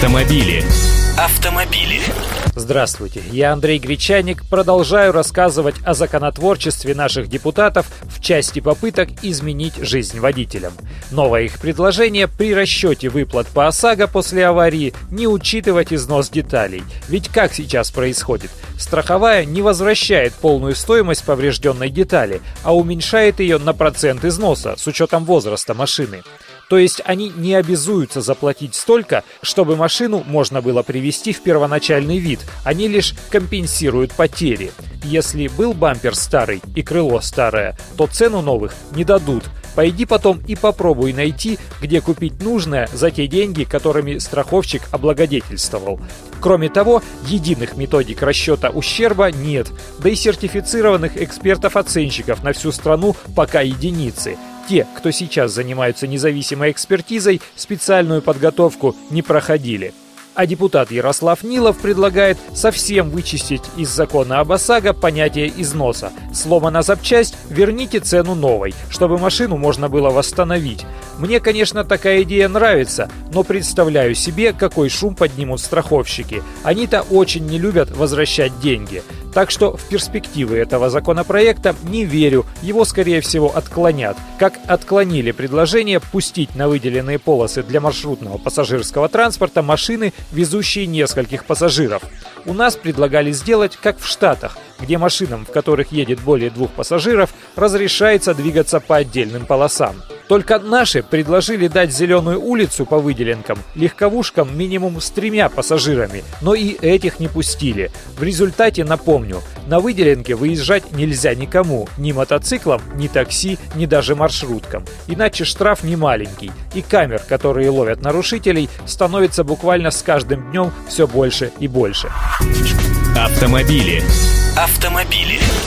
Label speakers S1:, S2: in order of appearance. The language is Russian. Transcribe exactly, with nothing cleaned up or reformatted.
S1: Автомобили. Автомобили.
S2: Здравствуйте, я Андрей Гречаник. Продолжаю рассказывать о законотворчестве наших депутатов в части попыток изменить жизнь водителям. Новое их предложение: при расчете выплат по ОСАГО после аварии не учитывать износ деталей. Ведь как сейчас происходит? Страховая не возвращает полную стоимость поврежденной детали, а уменьшает ее на процент износа с учетом возраста машины. То есть они не обязуются заплатить столько, чтобы машину можно было привести в первоначальный вид, они лишь компенсируют потери. Если был бампер старый и крыло старое, то цену новых не дадут. Пойди потом и попробуй найти, где купить нужное за те деньги, которыми страховщик облагодетельствовал. Кроме того, единых методик расчета ущерба нет, да и сертифицированных экспертов-оценщиков на всю страну пока единицы. Те, кто сейчас занимаются независимой экспертизой, специальную подготовку не проходили. А депутат Ярослав Нилов предлагает совсем вычистить из закона об ОСАГО понятие износа. Сломана запчасть, верните цену новой, чтобы машину можно было восстановить. Мне, конечно, такая идея нравится, но представляю себе, какой шум поднимут страховщики. Они-то очень не любят возвращать деньги. Так что в перспективы этого законопроекта не верю, его, скорее всего, отклонят. Как отклонили предложение пустить на выделенные полосы для маршрутного пассажирского транспорта машины, везущие нескольких пассажиров. У нас предлагали сделать, как в Штатах, где машинам, в которых едет более двух пассажиров, разрешается двигаться по отдельным полосам. Только наши предложили дать зеленую улицу по выделенкам легковушкам минимум с тремя пассажирами, но и этих не пустили. В результате, напомню, на выделенке выезжать нельзя никому, ни мотоциклам, ни такси, ни даже маршруткам. Иначе штраф не маленький, и камер, которые ловят нарушителей, становится буквально с каждым днем все больше и больше.
S1: Автомобили. Автомобили.